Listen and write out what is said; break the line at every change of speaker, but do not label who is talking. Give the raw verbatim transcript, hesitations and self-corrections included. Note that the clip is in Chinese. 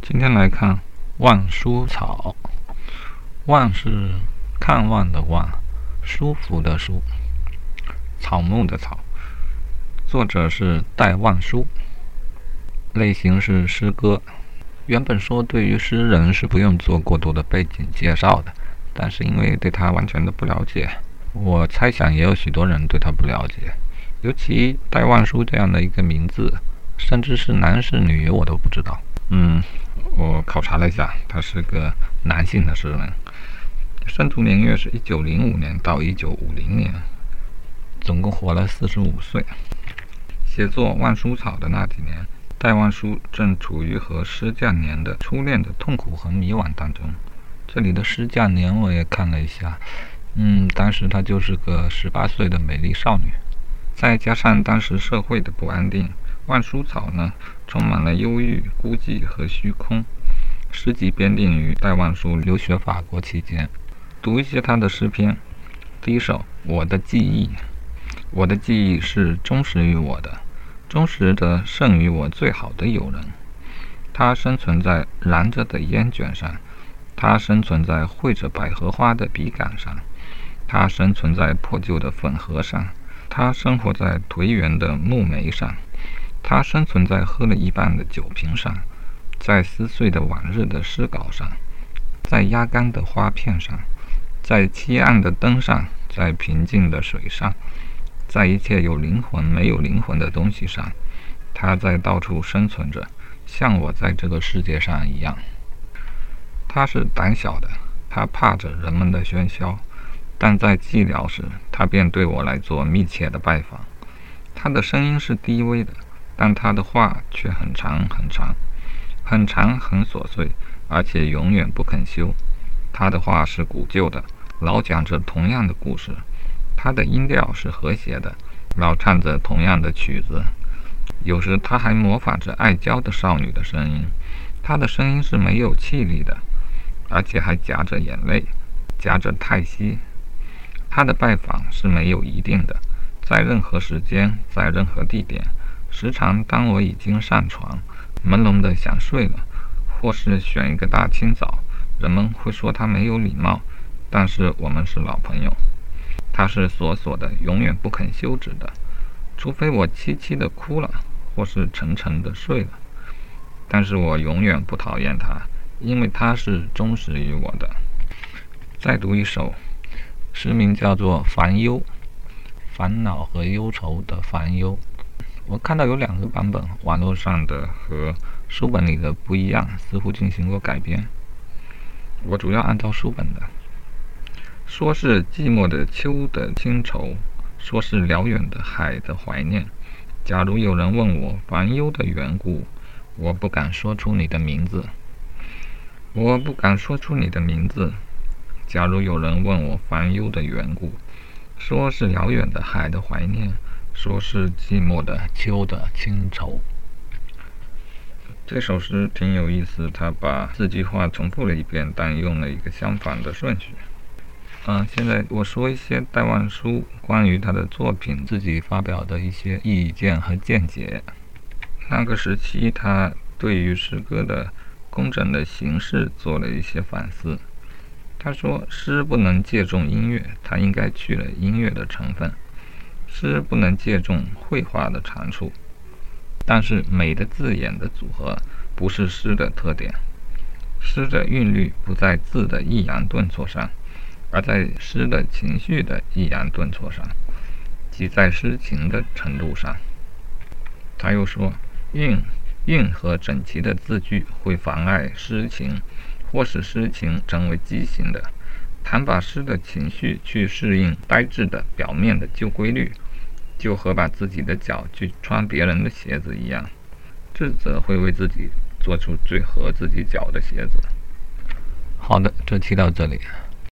今天来看望舒草。望是看望的望，舒服的舒，草木的草。作者是戴望舒，类型是诗歌。原本说对于诗人是不用做过多的背景介绍的，但是因为对他完全的不了解，我猜想也有许多人对他不了解，尤其戴望舒这样的一个名字，甚至是男是女我都不知道。嗯，我考察了一下，他是个男性的诗人，生卒年月是一九零五年到一九五零年，总共活了四十五岁。写作《望舒草》的那几年，戴望舒正处于和诗匠年的初恋的痛苦和迷惘当中。这里的诗匠年我也看了一下，嗯，当时她就是个十八岁的美丽少女，再加上当时社会的不安定，望舒草呢充满了忧郁、孤寂和虚空。诗集编定于戴望舒留学法国期间。读一些他的诗篇。第一首，我的记忆。我的记忆是忠实于我的，忠实的胜于我最好的友人。它生存在燃着的烟卷上，它生存在绘着百合花的笔杆上，它生存在破旧的粉盒上，它生活在颓垣的木煤上，它生存在喝了一半的酒瓶上，在撕碎的往日的诗稿上，在压干的花片上，在漆暗的灯上，在平静的水上，在一切有灵魂没有灵魂的东西上，它在到处生存着，像我在这个世界上一样。它是胆小的，它怕着人们的喧嚣，但在寂寥时，它便对我来做密切的拜访。它的声音是低微的，但他的话却很长很长，很长很琐碎，而且永远不肯休。他的话是古旧的，老讲着同样的故事。他的音调是和谐的，老唱着同样的曲子。有时他还模仿着爱娇的少女的声音。他的声音是没有气力的，而且还夹着眼泪，夹着叹息。他的拜访是没有一定的，在任何时间，在任何地点。时常当我已经上床，朦胧的想睡了，或是选一个大清早，人们会说他没有礼貌，但是我们是老朋友。他是锁锁的，永远不肯休止的，除非我凄凄的哭了，或是沉沉的睡了。但是我永远不讨厌他，因为他是忠实于我的。再读一首，诗名叫做《烦忧》，烦恼和忧愁的烦忧。我看到有两个版本，网络上的和书本里的不一样，似乎进行过改编。我主要按照书本的。说是寂寞的秋的清愁，说是辽远的海的怀念。假如有人问我烦忧的缘故，我不敢说出你的名字。我不敢说出你的名字。假如有人问我烦忧的缘故，说是遥远的海的怀念，说是寂寞的秋的清愁。这首诗挺有意思，他把四句话重复了一遍，但用了一个相反的顺序。嗯，现在我说一些戴望舒关于他的作品自己发表的一些意见和见解。那个时期，他对于诗歌的工整的形式做了一些反思。他说，诗不能借重音乐，他应该去了音乐的成分。诗不能借重绘画的长处，但是美的字眼的组合不是诗的特点。诗的韵律不在字的抑扬顿挫上，而在诗的情绪的抑扬顿挫上，即在诗情的程度上。他又说，韵韵和整齐的字句会妨碍诗情，或使诗情成为畸形的。倘把诗的情绪去适应呆滞的表面的旧规律，就和把自己的脚去穿别人的鞋子一样，智者会为自己做出最合自己脚的鞋子。好的，这期到这里。